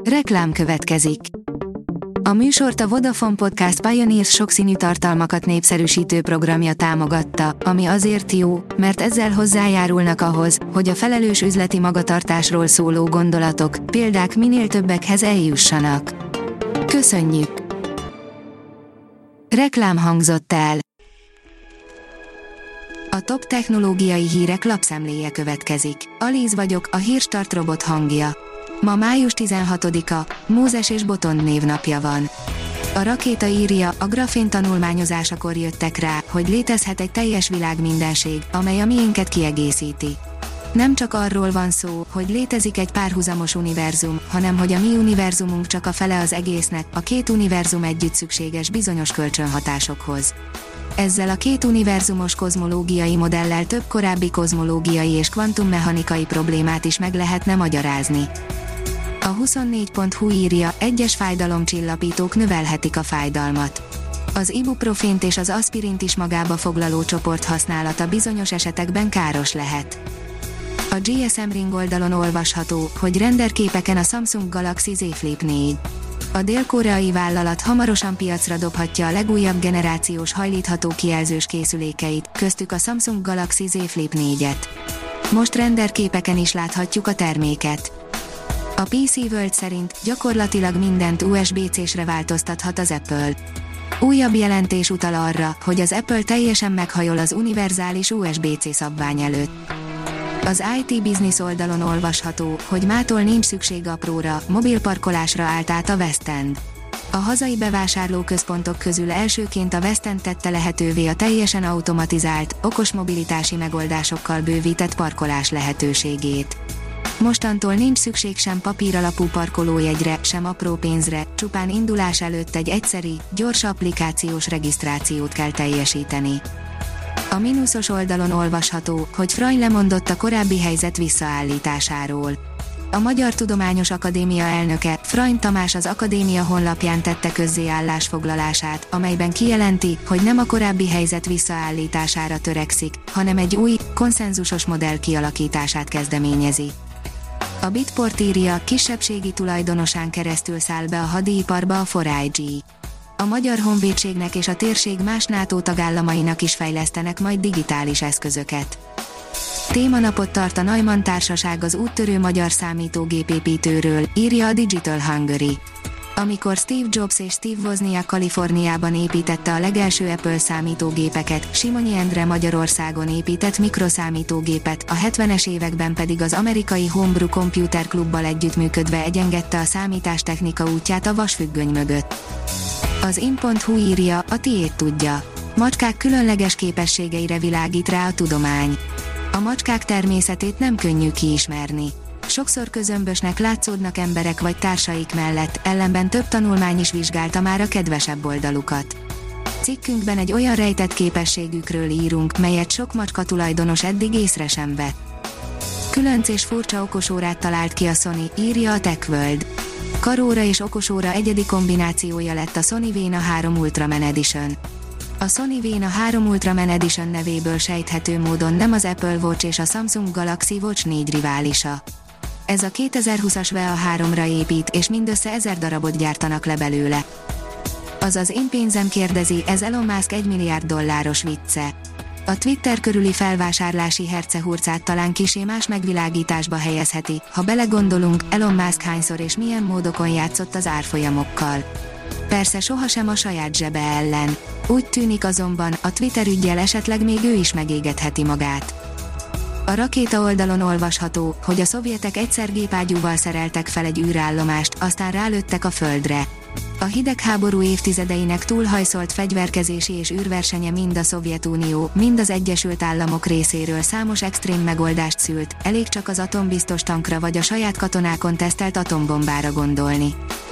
Reklám következik. A műsort a Vodafone Podcast Pioneers sokszínű tartalmakat népszerűsítő programja támogatta, ami azért jó, mert ezzel hozzájárulnak ahhoz, hogy a felelős üzleti magatartásról szóló gondolatok, példák minél többekhez eljussanak. Köszönjük! Reklám hangzott el. A top technológiai hírek lapszemléje következik. Alíz vagyok, a Hírstart robot hangja. Ma május 16-a, Mózes és Botond névnapja van. A Rakéta írja, a grafén tanulmányozásakor jöttek rá, hogy létezhet egy teljes világmindenség, amely a miénket kiegészíti. Nem csak arról van szó, hogy létezik egy párhuzamos univerzum, hanem hogy a mi univerzumunk csak a fele az egésznek, a két univerzum együtt szükséges bizonyos kölcsönhatásokhoz. Ezzel a két univerzumos kozmológiai modellel több korábbi kozmológiai és kvantummechanikai problémát is meg lehetne magyarázni. A 24.hu írja, egyes fájdalomcsillapítók növelhetik a fájdalmat. Az ibuprofént és az aspirint is magába foglaló csoport használata bizonyos esetekben káros lehet. A GSM Ring oldalon olvasható, hogy renderképeken a Samsung Galaxy Z Flip 4. A dél-koreai vállalat hamarosan piacra dobhatja a legújabb generációs hajlítható kijelzős készülékeit, köztük a Samsung Galaxy Z Flip 4-et. Most renderképeken is láthatjuk a terméket. A PC World szerint gyakorlatilag mindent USB-C-sre változtathat az Apple. Újabb jelentés utal arra, hogy az Apple teljesen meghajol az univerzális USB-C szabvány előtt. Az IT Business oldalon olvasható, hogy mától nincs szükség apróra, mobilparkolásra állt át a West End. A hazai bevásárlóközpontok közül elsőként a West End tette lehetővé a teljesen automatizált, okos mobilitási megoldásokkal bővített parkolás lehetőségét. Mostantól nincs szükség sem papíralapú parkolójegyre, sem apró pénzre, csupán indulás előtt egy egyszeri, gyors applikációs regisztrációt kell teljesíteni. A mínuszos oldalon olvasható, hogy Frany lemondott a korábbi helyzet visszaállításáról. A Magyar Tudományos Akadémia elnöke, Frany Tamás az akadémia honlapján tette közzé állásfoglalását, amelyben kijelenti, hogy nem a korábbi helyzet visszaállítására törekszik, hanem egy új, konszenzusos modell kialakítását kezdeményezi. A Bitport írja, kisebbségi tulajdonosán keresztül száll be a hadiiparba a 4IG. A Magyar Honvédségnek és a térség más NATO tagállamainak is fejlesztenek majd digitális eszközöket. Témanapot tart a Neumann Társaság az úttörő magyar számítógépépítőről, írja a Digital Hungary. Amikor Steve Jobs és Steve Wozniak Kaliforniában építette a legelső Apple számítógépeket, Simonyi Endre Magyarországon épített mikroszámítógépet, a 70-es években pedig az amerikai Homebrew Computer Clubbal együttműködve egyengedte a számítástechnika útját a vasfüggöny mögött. Az in.hu írja, a tiéd tudja. Macskák különleges képességeire világít rá a tudomány. A macskák természetét nem könnyű kiismerni. Sokszor közömbösnek látszódnak emberek vagy társaik mellett, ellenben több tanulmány is vizsgálta már a kedvesebb oldalukat. Cikkünkben egy olyan rejtett képességükről írunk, melyet sok macska tulajdonos eddig észre sem vett. Különc és furcsa okosórát talált ki a Sony, írja a TechWorld. Karóra és okosóra egyedi kombinációja lett a Sony Vena 3 Ultraman Edition. A Sony Vena 3 Ultraman Edition nevéből sejthető módon nem az Apple Watch és a Samsung Galaxy Watch 4 riválisa. Ez a 2020-as Vea 3-ra épít, és mindössze 1000 darabot gyártanak le belőle. Azaz én pénzem kérdezi, ez Elon Musk $1 milliárd vicce. A Twitter körüli felvásárlási hercehurcát talán kissé más megvilágításba helyezheti, ha belegondolunk, Elon Musk hányszor és milyen módokon játszott az árfolyamokkal. Persze sohasem a saját zsebe ellen. Úgy tűnik azonban, a Twitter üggyel esetleg még ő is megégetheti magát. A Rakéta oldalon olvasható, hogy a szovjetek egyszer gépágyúval szereltek fel egy űrállomást, aztán rálőttek a Földre. A hidegháború évtizedeinek túlhajszolt fegyverkezési és űrversenye mind a Szovjetunió, mind az Egyesült Államok részéről számos extrém megoldást szült, elég csak az atombiztos tankra vagy a saját katonákon tesztelt atombombára gondolni.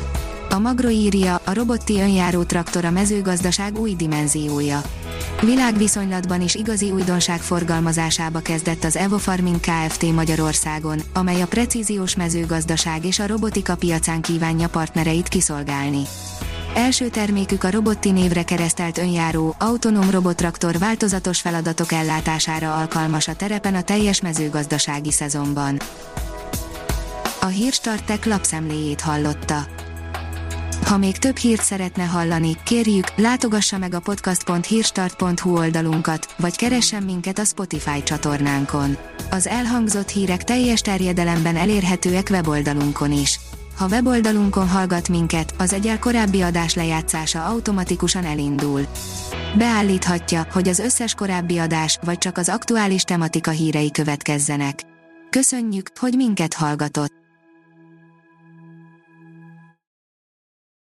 A Magro írja, a robotti önjáró traktor a mezőgazdaság új dimenziója. Világviszonylatban is igazi újdonság forgalmazásába kezdett az Evofarming Kft. Magyarországon, amely a precíziós mezőgazdaság és a robotika piacán kívánja partnereit kiszolgálni. Első termékük a Robotti névre keresztelt önjáró, autonóm robottraktor változatos feladatok ellátására alkalmas a terepen a teljes mezőgazdasági szezonban. A Hírstart Tech lapszemléjét hallotta. Ha még több hírt szeretne hallani, kérjük, látogassa meg a podcast.hírstart.hu oldalunkat, vagy keressen minket a Spotify csatornánkon. Az elhangzott hírek teljes terjedelemben elérhetőek weboldalunkon is. Ha weboldalunkon hallgat minket, az egyel korábbi adás lejátszása automatikusan elindul. Beállíthatja, hogy az összes korábbi adás, vagy csak az aktuális tematika hírei következzenek. Köszönjük, hogy minket hallgatott!